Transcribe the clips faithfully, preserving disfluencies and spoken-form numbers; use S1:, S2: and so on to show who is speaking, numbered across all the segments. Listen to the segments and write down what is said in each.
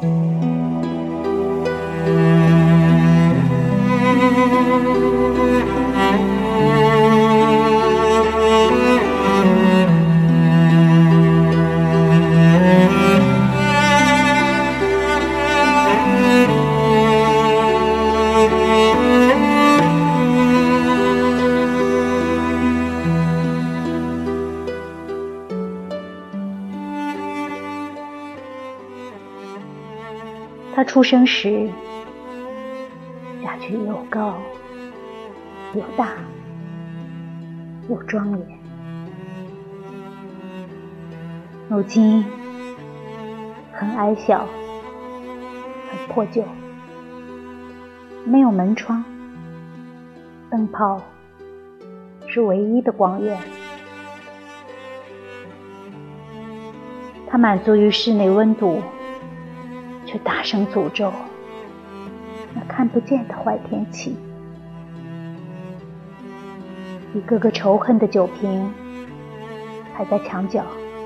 S1: 他出生时，家具又高又大又庄严，如今很矮小，很破旧，没有门窗，灯泡是唯一的光源。他满足于室内温度，却大声诅咒那看不见的坏天气。一个个仇恨的酒瓶排在墙角，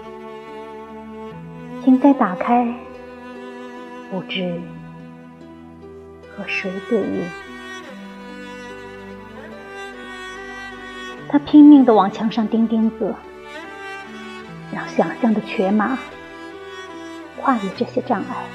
S1: 请再打开，不知和谁对应。他拼命地往墙上钉钉子，让想象的瘸马跨越这些障碍。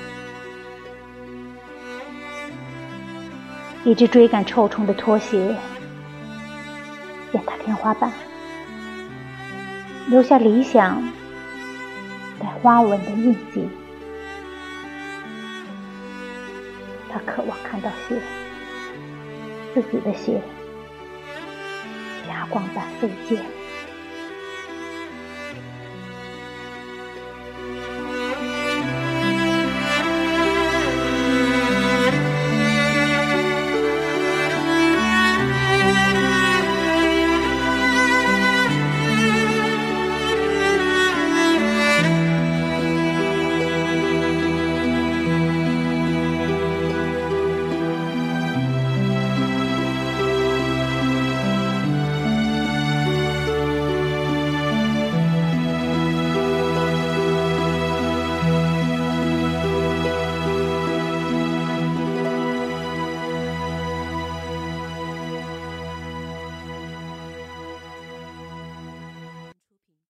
S1: 一只追赶臭虫的拖鞋践踏天花板，留下理想带花纹的印记。他渴望看到血，自己的血，霞光般飞溅。